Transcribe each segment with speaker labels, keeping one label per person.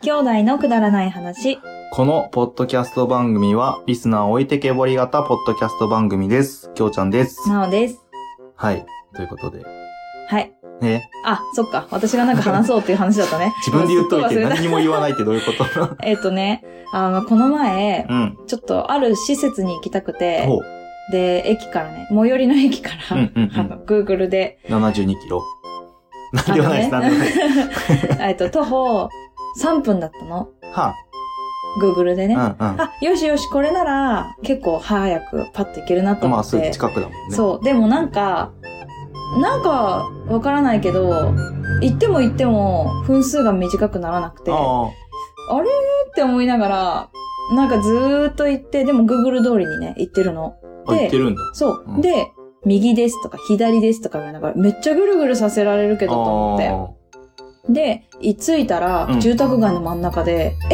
Speaker 1: 兄弟のくだらない話。
Speaker 2: このポッドキャスト番組はリスナー置いてけぼり型ポッドキャスト番組です。きょうちゃんです。
Speaker 1: なおです。
Speaker 2: はい。ということで。
Speaker 1: はい。
Speaker 2: ね。
Speaker 1: あ、そっか。私がなんか話そうっていう話だったね。
Speaker 2: 自分で言っといて何にも言わないってどういうこと
Speaker 1: この前、ちょっとある施設に行きたくて、で、駅からね、最寄りの駅から、Google で。
Speaker 2: 72キロ。なんではないです、なんではないです。
Speaker 1: 徒歩3分だったの。
Speaker 2: はあ、
Speaker 1: Google でね。あ、よしよし、これなら結構早くパッと行けるなと思って。まあ、
Speaker 2: すぐ近くだもんね。
Speaker 1: そう。でもなんかわからないけど、行っても分数が短くならなくて、あれって思いながら、なんかずーっと行って、でも Google 通りにね、行ってるの。
Speaker 2: で、行ってるんだ。
Speaker 1: そう。で、右ですとか左ですとか言われながら、めっちゃぐるぐるさせられるけどと思って。で、着いたら、住宅街の真ん中で、え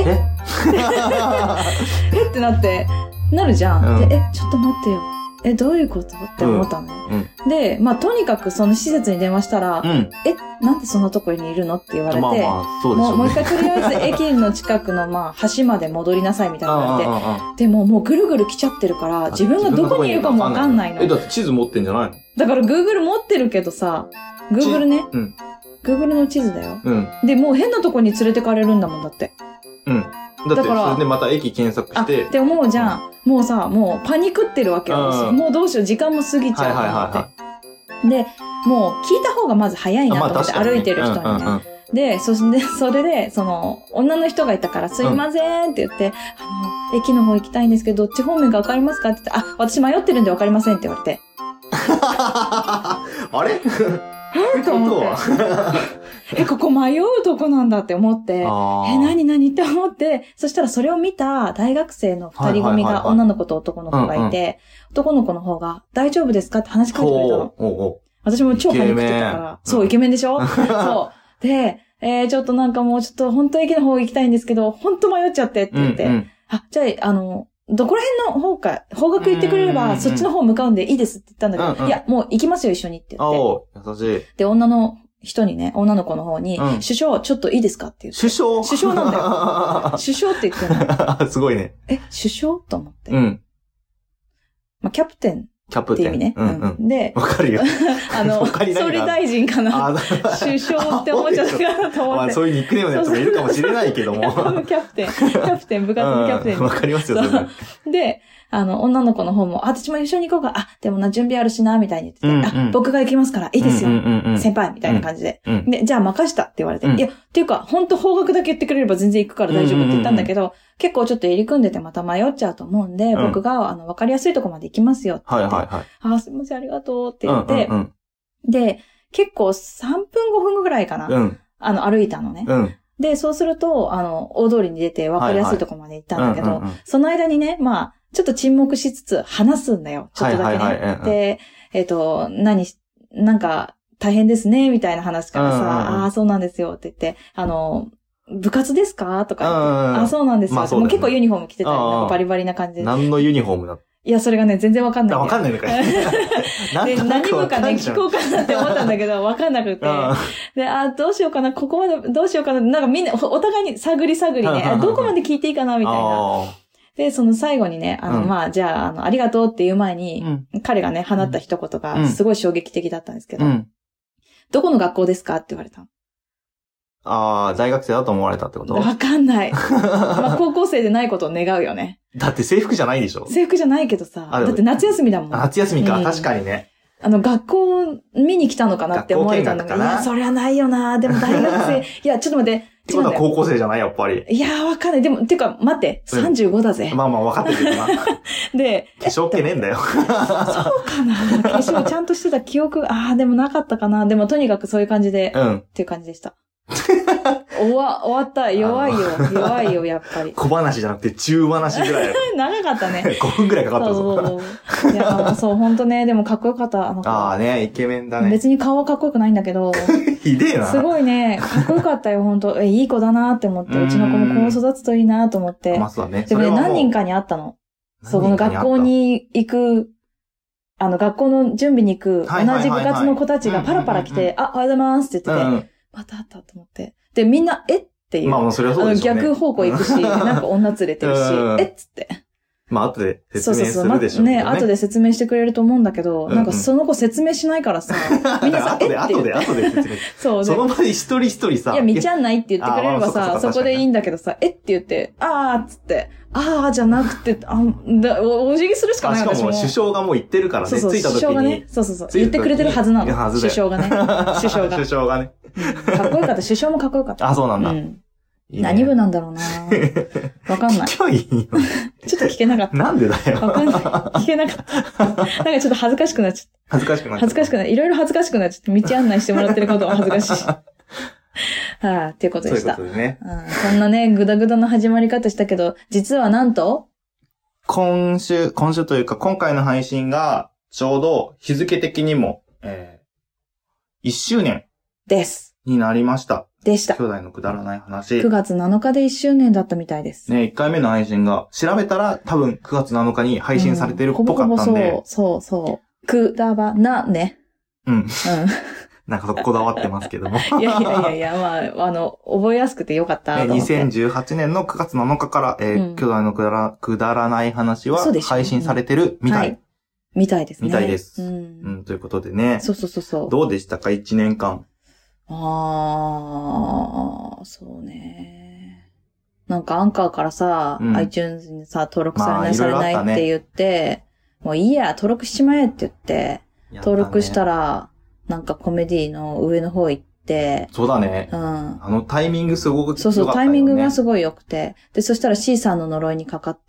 Speaker 1: ってなるじゃん。で、ちょっと待ってよ。どういうことって思ったのね。で、まあ、とにかくその施設に電話したら、なんでそんなとこにいるのって言われて、もう一回とりあえず駅の近くの橋まで戻りなさいみたいに言われて、でももうぐるぐる来ちゃってるから、自分がどこにいるかもわかんないの。
Speaker 2: だって地図持ってんじゃないの？
Speaker 1: だから Google 持ってるけどさ、Google ね。Google の地図だよ。で、もう変なとこに連れてかれるんだもんだって。
Speaker 2: だって、それでまた駅検索して。
Speaker 1: って思うじゃん。もうさ、もうパニクってるわけよ。もうどうしよう、時間も過ぎちゃうと思って。で、もう聞いた方がまず早いなと思って歩いてる人にね。で、それで、女の人がいたから、すいませんって言って、駅の方行きたいんですけど、どっち方面かわかりますかって言って、私迷ってるんでわかりませんって言われて。
Speaker 2: あれ
Speaker 1: と思って。ここ迷うとこなんだって思って、何って思って、そしたらそれを見た大学生の二人組が女の子と男の子がいて、男の子の方が大丈夫ですかって話しかけてくれたの。私も超パニックってたから。そう、イケメンでしょそう。で、ちょっとなんかもうちょっと本当駅の方行きたいんですけど、本当迷っちゃってって言って、じゃあ、どこら辺の方か、方角行ってくれれば、そっちの方向かうんでいいですって言ったんだけど、いや、もう行きますよ、一緒にって言って。
Speaker 2: 優しい。
Speaker 1: で、女の子の方に、首相、ちょっといいですかって言って。
Speaker 2: 首
Speaker 1: 相なんだよ。首相って言ってるの。
Speaker 2: すごいね。
Speaker 1: 首相と思って。まあ、キャプテン。って意味ね。で、
Speaker 2: わかるよ。
Speaker 1: 総理大臣かな。首相って思っちゃったかなと思って。まあ、
Speaker 2: そういうニックネームのやつもいるかもしれないけども。
Speaker 1: キャプテン、部活のキャプテン。
Speaker 2: わかりますよ、そ
Speaker 1: れ。で、女の子の方も、私も一緒に行こうか。でも準備あるしな、みたいに言ってて、僕が行きますから、いいですよ。先輩、みたいな感じで。で、じゃあ任したって言われて。いや、っていうか、本当方角だけ言ってくれれば全然行くから大丈夫って言ったんだけど、結構ちょっと入り組んでてまた迷っちゃうと思うんで、僕が、わかりやすいとこまで行きますよって言って。すいません、ありがとうって言って、で、結構3分5分ぐらいかな。歩いたのね。で、そうすると、大通りに出て分かりやすいとこまで行ったんだけど、その間にね、まあ、ちょっと沈黙しつつ話すんだよ。ちょっとだけね。で、なんか、大変ですね、みたいな話からさ、そうなんですよって言って、部活ですかとか言って、そうなんですよ。もう結構ユニフォーム着てたり、なんかバリバリな感じで。
Speaker 2: 何のユニフォームだった？
Speaker 1: いや、それがね、全然わかんない。
Speaker 2: わかんないのかい。
Speaker 1: 何部かね、聞こうかなって思ったんだけど、わかんなくて。で、どうしようかな、ここまで、どうしようかな、なんかみんな、お互いに探りね、どこまで聞いていいかな、みたいな。で、その最後にね、じゃあ、ありがとうっていう前に、彼がね、放った一言が、すごい衝撃的だったんですけど、どこの学校ですかって言われたの。
Speaker 2: 大学生だと思われたってこと？
Speaker 1: わかんない。まあ、高校生でないことを願うよね。
Speaker 2: だって制服じゃないでしょ？
Speaker 1: 制服じゃないけどさ。だって夏休みだもん。
Speaker 2: 夏休みか、確かにね。
Speaker 1: 学校見に来たのかなって思われたんだけど。いや、そりゃないよな。でも大学生。いや、ちょっと待って。
Speaker 2: ってことは高校生じゃないやっぱり。
Speaker 1: いや、わかんない。でも、てか、待って。35だぜ。
Speaker 2: まあまあ、わかってるけどな。
Speaker 1: で、
Speaker 2: 化粧っ気ねえんだよ。
Speaker 1: そうかな。化粧ちゃんとしてた記憶、でもなかったかな。でも、とにかくそういう感じで、っていう感じでした。終わった。弱いよ、やっぱり。
Speaker 2: 小話じゃなくて中話ぐらい。
Speaker 1: 長かったね。
Speaker 2: 5分ぐらいかかったぞ。
Speaker 1: いや、そう、ほんとね、でもかっこよかった。
Speaker 2: ね、イケメンだね。
Speaker 1: 別に顔はかっこよくないんだけど。
Speaker 2: ひでえな。
Speaker 1: すごいね、かっこよかったよ、ほんと。いい子だなって思って、うちの子もこう育つといいなと思って。
Speaker 2: まあそうだね。
Speaker 1: でもね、何人かに会ったの。そこの学校に行く、学校の準備に行く、同じ部活の子たちがパラパラ来て、おはようございますって言ってて、また会ったと思って。で、みんな、 っていう。
Speaker 2: まあそれはそうでしょうね。
Speaker 1: 逆方向行くし、なんか女連れてるし、えっつって。
Speaker 2: まあ後で説明するでしょうね。
Speaker 1: 後で説明してくれると思うんだけど、なんかその子説明しないからさ、みんなさ、後
Speaker 2: で説明。そう。その場で一人一人さ。
Speaker 1: いや、見ちゃんないって言ってくれればさ、そこでいいんだけどさ、って言って、あーっつって、あーじゃなくて、お辞儀するしかない
Speaker 2: しかも首相がもう言ってるからね、
Speaker 1: そう
Speaker 2: 着いた時に。
Speaker 1: 首相がね、そう。言ってくれてるはずなの。首相がね。首
Speaker 2: 相がね。
Speaker 1: かっこよかった。首相もかっこよかった。
Speaker 2: あ、そうなんだ。
Speaker 1: いいね、何部なんだろうなわかんない。
Speaker 2: 聞けばいいよ。
Speaker 1: ちょっと聞けなかった。
Speaker 2: なんでだよ。
Speaker 1: わかんない。聞けなかった。なんかちょっと恥ずかしくなっちゃった。恥ずかしくない。いろいろ恥ずかしくなっちゃって、道案内してもらってることは恥ずかしい。っていうことでした。
Speaker 2: そういうことでね。
Speaker 1: こんなね、ぐだぐだの始まり方したけど、実はなんと
Speaker 2: 今週というか、今回の配信が、ちょうど日付的にも、1周年。
Speaker 1: です。
Speaker 2: になりました。
Speaker 1: でした。
Speaker 2: 兄弟のくだらない話。
Speaker 1: 9月7日で1周年だったみたいです。
Speaker 2: ね、1回目の配信が、調べたら多分9月7日に配信されてるっぽかったんで。
Speaker 1: そう。くだばなね。
Speaker 2: なんかこだわってますけども。
Speaker 1: いや、まあ、覚えやすくてよかったと思って。
Speaker 2: 2018年の9月7日から、兄弟のくだらない話は配信されてるみたい。
Speaker 1: みたいですね。
Speaker 2: みたいです。ということでね。
Speaker 1: そう。
Speaker 2: どうでしたか ?1 年間。
Speaker 1: そうね。なんかアンカーからさ、iTunes にさ、登録されないって言って、もういいや、登録しちまえって言って、登録したら、なんかコメディの上の方行って、
Speaker 2: そうだね。タイミングすごく良かったよね。
Speaker 1: そう、タイミングがすごい良くて、で、そしたら C さんの呪いにかかって、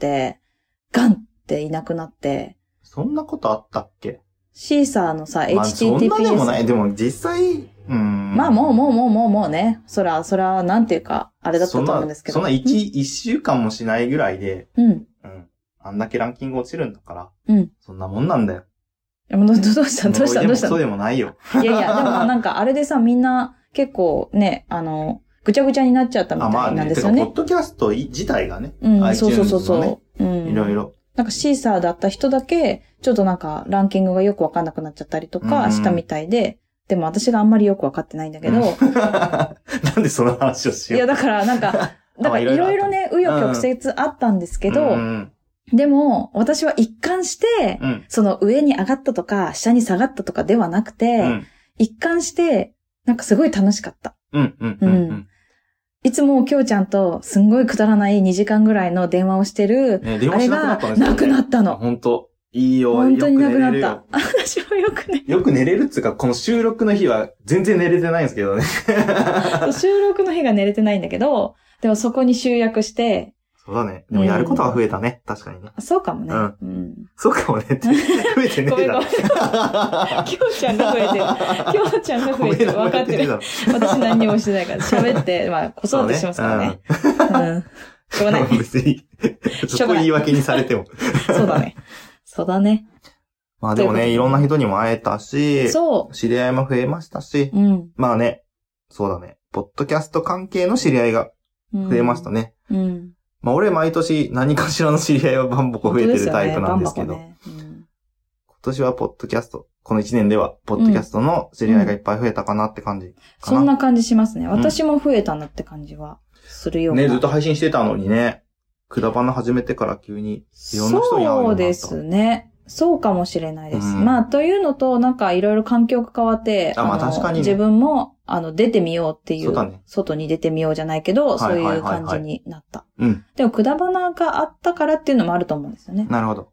Speaker 1: ガンっていなくなって、
Speaker 2: そんなことあったっけ？
Speaker 1: C さんのさ、
Speaker 2: HTTPS。そんなでもない。でも実際、
Speaker 1: まあもうね。そら、なんていうか、あれだったと思うんですけど。
Speaker 2: そんな一週間もしないぐらいで、あんだけランキング落ちるんだから、そんなもんなんだよ。
Speaker 1: いや、どうした
Speaker 2: そうでもないよ。
Speaker 1: いや、でもなんかあれでさ、みんな結構ね、ぐちゃぐちゃになっちゃったみたいなんですよね。
Speaker 2: ポッドキャスト自体がね。
Speaker 1: そう。
Speaker 2: いろいろ。
Speaker 1: なんかシーサーだった人だけ、ちょっとなんかランキングがよくわかんなくなっちゃったりとかしたみたいで、でも私があんまりよくわかってないんだけど。
Speaker 2: なんでその話をしよう。
Speaker 1: いや、だからいろいろね、紆余曲折あったんですけど、でも、私は一貫して、その上に上がったとか、下に下がったとかではなくて、一貫して、なんかすごい楽しかった。いつもきょうちゃんとすんごいくだらない2時間ぐらいの電話をしてる、あれがなくなったの。
Speaker 2: 本当いいよ。
Speaker 1: 本当になくなった。私もよくね。
Speaker 2: よく寝れるっつうか、この収録の日は全然寝れてないんですけどね。
Speaker 1: 収録の日が寝れてないんだけど、でもそこに集約して、
Speaker 2: そうだね。でもやることは増えたね。確かにね。
Speaker 1: そうかもね。
Speaker 2: そうかもねって。増えてねえだろ。
Speaker 1: きょうちゃんが増えてる。きょうちゃんが増えてる。分かってる。私何にもしてないから。喋って、まあ、子育てしますからね。しょうがない。
Speaker 2: 別に、そこ言い訳にされても。
Speaker 1: そうだね。
Speaker 2: まあでもね、いろんな人にも会えたし、知り合いも増えましたし、まあね、そうだね。ポッドキャスト関係の知り合いが増えましたね。まあ俺毎年何かしらの知り合いはバンボコ増えてるタイプなんですけど、今年はポッドキャスト、この1年ではポッドキャストの知り合いがいっぱい増えたかなって感じかな。
Speaker 1: そんな感じしますね。私も増えたなって感じはするような。
Speaker 2: ね、ずっと配信してたのにね、くだばな始めてから急にいろんな人に会うようになった。そうですね。
Speaker 1: そうかもしれないです。まあ、というのと、なんかいろいろ環境が変わって、
Speaker 2: まあ確かにね、
Speaker 1: 自分も、出てみようっていう、外に出てみようじゃないけど、そういう感じになった。でも、くだばながあったからっていうのもあると思うんですよね。
Speaker 2: なるほど。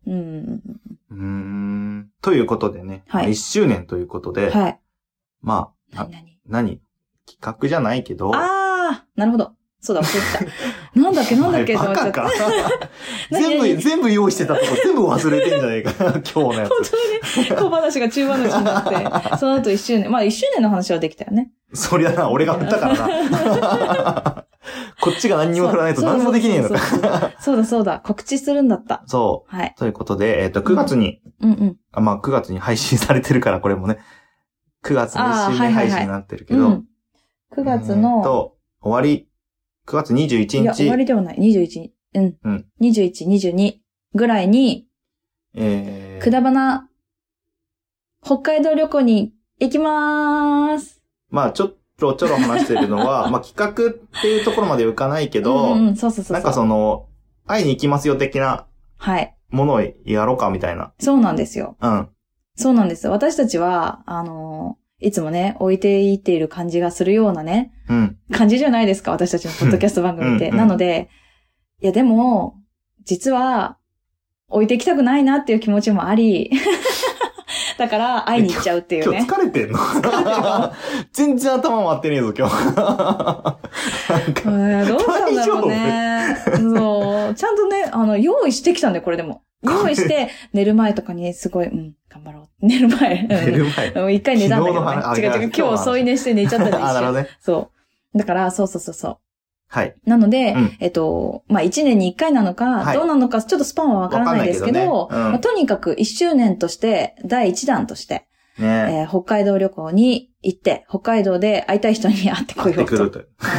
Speaker 2: ということでね、1周年ということで、まあ、何企画じゃないけど、
Speaker 1: なるほど。そうだ、忘れてた。なんだっけって思っちゃった。
Speaker 2: 全部用意してたとこ全部忘れてんじゃねえかな、今日のやつ。
Speaker 1: 本当にね、小話が中話になって、その後1周年。まあ1周年の話はできたよね。
Speaker 2: そりゃな、俺が振ったからな。こっちが何にも振らないと何もできねえのか。
Speaker 1: そうだ、告知するんだった。
Speaker 2: そう。はい。ということで、9月に、まあ9月に配信されてるから、これもね、9月の1周年配信になってるけど、
Speaker 1: 9月の、
Speaker 2: 終わり、9月21日。
Speaker 1: いや、終わりではない。21。21、22ぐらいに、くだばな、北海道旅行に行きまーす。
Speaker 2: まあ、ちょっろちょろ話してるのは、まあ企画っていうところまでいかないけど、
Speaker 1: そうそうそう。
Speaker 2: なんかその、会いに行きますよ的な、
Speaker 1: はい。
Speaker 2: ものをやろうかみたいな。
Speaker 1: そうなんですよ。
Speaker 2: うん。
Speaker 1: そうなんです。私たちは、いつもね、置いていっている感じがするようなね、感じじゃないですか、私たちのポッドキャスト番組って。なので、いやでも、実は、置いていきたくないなっていう気持ちもあり、だから会いに行っちゃうっていうね。
Speaker 2: 今日疲れてんの全然頭回ってねえぞ、今日。
Speaker 1: どうしたんだろうね。そう。ちゃんとね、用意してきたんだよ、これでも。用意して、寝る前とかにすごい、頑張ろう。寝る前。一回寝たんだけどね。違う、今日添い寝して寝ちゃったんですよ。
Speaker 2: なるほどね。
Speaker 1: そう。だから、そう。
Speaker 2: はい。
Speaker 1: なので、まあ、1年に1回なのか、どうなのか、ちょっとスパンはわからないですけど、とにかく1周年として、第1弾として、北海道旅行に行って、北海道で会いたい人に会ってこようと。はい。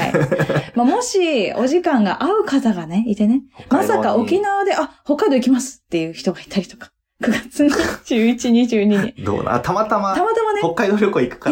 Speaker 1: まあ、もし、お時間が合う方がね、いてね、まさか沖縄で、北海道行きますっていう人がいたりとか。9月21、22に。
Speaker 2: どうなたまたまね、北海道旅行行くから、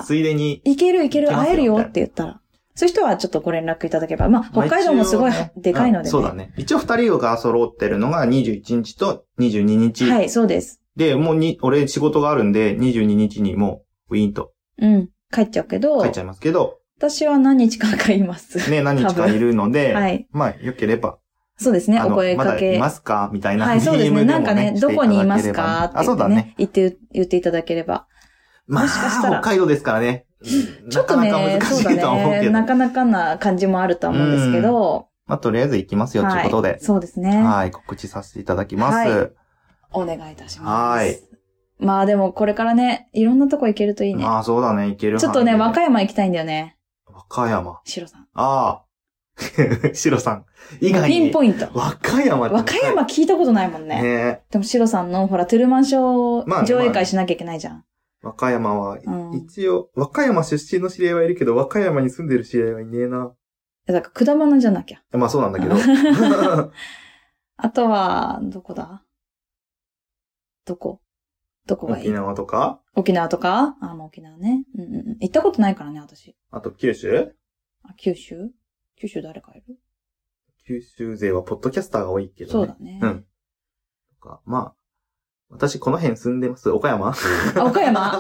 Speaker 2: ついでに。
Speaker 1: 行ける、会えるよって言ったら。そういう人はちょっとご連絡いただければ。まあ、北海道もすごいでかいのでね。
Speaker 2: そうだね。一応2人が揃ってるのが21日と22日。
Speaker 1: はい、そうです。
Speaker 2: で、もう俺仕事があるんで、22日にもうウィーンと。
Speaker 1: 帰っちゃうけど。
Speaker 2: 帰っちゃいますけど。
Speaker 1: 私は何日かいます。
Speaker 2: ね、何日かいるので。
Speaker 1: はい。
Speaker 2: まあ、良ければ。
Speaker 1: そうですね、お声かけ。
Speaker 2: まだいますかみたいな。
Speaker 1: はい、そうですね。なんかね、どこにいますかって
Speaker 2: そうだね。
Speaker 1: 言っていただければ。
Speaker 2: もしかしたら。北海道ですからね。
Speaker 1: ちょっとね、そうだね。なかなかな感じもあると思うんですけど。
Speaker 2: まあ、とりあえず行きますよ、ということで。
Speaker 1: そうですね。
Speaker 2: はい、告知させていただきます。
Speaker 1: お願いいたします。はい。まあでも、これからね、いろんなとこ行けるといいね。
Speaker 2: まあ、そうだね、行ける。
Speaker 1: ちょっとね、和歌山行きたいんだよね。
Speaker 2: 和歌山。
Speaker 1: シロさん。
Speaker 2: ああ。シロさん。以外に。
Speaker 1: ピンポイント。
Speaker 2: 和歌山
Speaker 1: 聞いたことないもんね。でもシロさんの、ほら、トゥルマンショー上映会しなきゃいけないじゃん。
Speaker 2: 和歌山は、一応、和歌山出身の知り合いはいるけど、和歌山に住んでる知り合いはいねえな。
Speaker 1: だから果物じゃなきゃ。
Speaker 2: まあそうなんだけど。
Speaker 1: あとは、どこだ？どこがいい？
Speaker 2: 沖縄とか？
Speaker 1: 沖縄とか？沖縄ね。行ったことないからね、私。
Speaker 2: あと、九州？
Speaker 1: 九州誰かいる？
Speaker 2: 九州勢はポッドキャスターが多いけどね。
Speaker 1: そうだね。
Speaker 2: とか、まあ、私この辺住んでます。岡山？
Speaker 1: 岡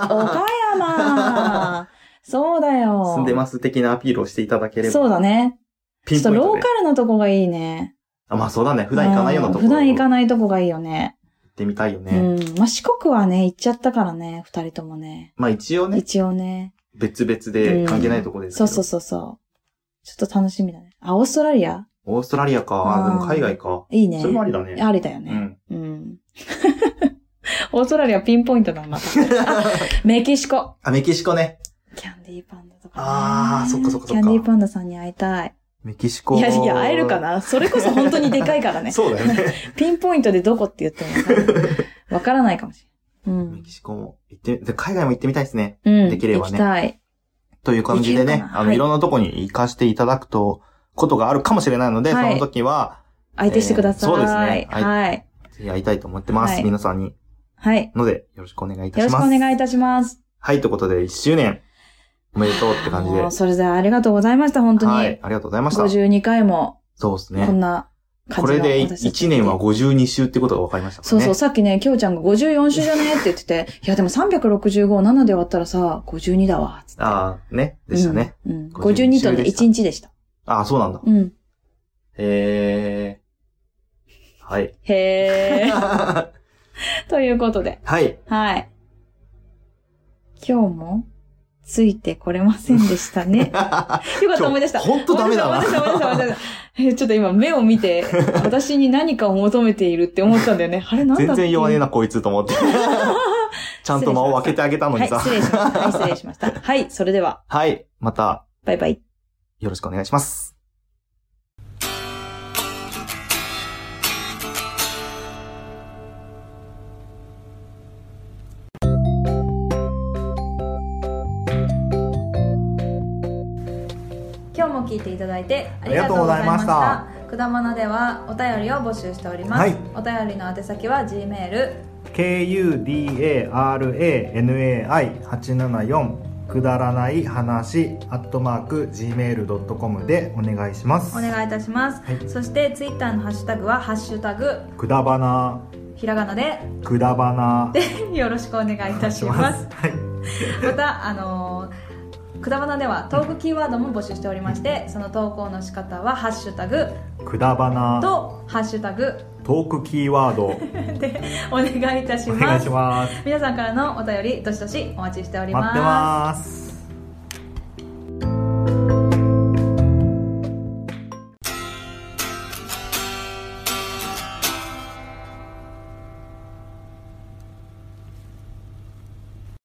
Speaker 1: 山そうだよ。
Speaker 2: 住んでます的なアピールをしていただければ。
Speaker 1: そうだね。ちょっとローカルなとこがいいね。
Speaker 2: まあそうだね。普段行かないようなとこ。
Speaker 1: 普段行かないとこがいいよね。
Speaker 2: 行ってみたいよね。
Speaker 1: まあ四国はね、行っちゃったからね、二人ともね。
Speaker 2: まあ一応ね。別々で関係ないとこですけど。
Speaker 1: そう。ちょっと楽しみだね。オーストラリア
Speaker 2: か。でも海外か。
Speaker 1: いいね。
Speaker 2: それもありだね。
Speaker 1: ありだよね。オーストラリアピンポイントだ、また。メキシコ。
Speaker 2: メキシコね。
Speaker 1: キャンディーパンダとかね。
Speaker 2: そっか。
Speaker 1: キャンディーパンダさんに会いたい。
Speaker 2: メキシコ。
Speaker 1: いや、会えるかな？それこそ本当にでかいからね。
Speaker 2: そうだよね。
Speaker 1: ピンポイントでどこって言ってもわからないかもしれない。
Speaker 2: メキシコも海外も行ってみたいですね。できればね。
Speaker 1: 行きたい。
Speaker 2: という感じでね、いろんなとこに行かせていただくことがあるかもしれないので、その時は、
Speaker 1: 相手してください。
Speaker 2: そうですね。
Speaker 1: はい。
Speaker 2: ぜひ会いたいと思ってます。皆さんに。
Speaker 1: はい。
Speaker 2: ので、よろしくお願いいたします。
Speaker 1: よろしくお願いいたします。
Speaker 2: はい、ということで、1周年、おめでとうって感じで。
Speaker 1: それでありがとうございました、本当に。
Speaker 2: はい、ありがとうございました。
Speaker 1: 52回も。
Speaker 2: そうですね。
Speaker 1: こんな感じの。
Speaker 2: これで1年は52週ってことが分かりましたね。
Speaker 1: そう、さっきね、きょうちゃんが54週じゃねって言ってて、いやでも365、7で割ったらさ、52だわ、つって。
Speaker 2: ね。でしたね。
Speaker 1: 52とね、1日でした。
Speaker 2: そうなんだ。はい。
Speaker 1: ということで。
Speaker 2: はい。
Speaker 1: 今日もついてこれませんでしたね。よかった思い出した。
Speaker 2: ほんとダメだな。
Speaker 1: 思い出した。ちょっと今目を見て、私に何かを求めているって思ったんだよね。あれなんだっけ？
Speaker 2: 全然弱ねえなこいつと思って。ちゃんと間を空けてあげたのにさ。
Speaker 1: 失礼しました。はい、それでは。
Speaker 2: はい、また。
Speaker 1: バイバイ。
Speaker 2: よろしくお願いします。
Speaker 1: 今日も聞いていただいてありがとうございました。くだまなではお便りを募集しております。お便りの宛先は Gmail
Speaker 2: kudaranai874 くだらない話@gmail.com でお願いします。
Speaker 1: お願いいたします、はい、そしてツイッターのハッシュタグはハッシュタグ
Speaker 2: くだばな、
Speaker 1: ひらがなで
Speaker 2: くだばな
Speaker 1: でよろしくお願いいたします。はい、またくだばなではトークキーワードも募集しておりまして、その投稿の仕方はハッシュタグ
Speaker 2: くだばな
Speaker 1: とハッシュタグ
Speaker 2: トークキーワード
Speaker 1: でお願いいたします。
Speaker 2: お願いします。
Speaker 1: 皆さんからのお便りどしどしお待ちしております。
Speaker 2: 待ってます。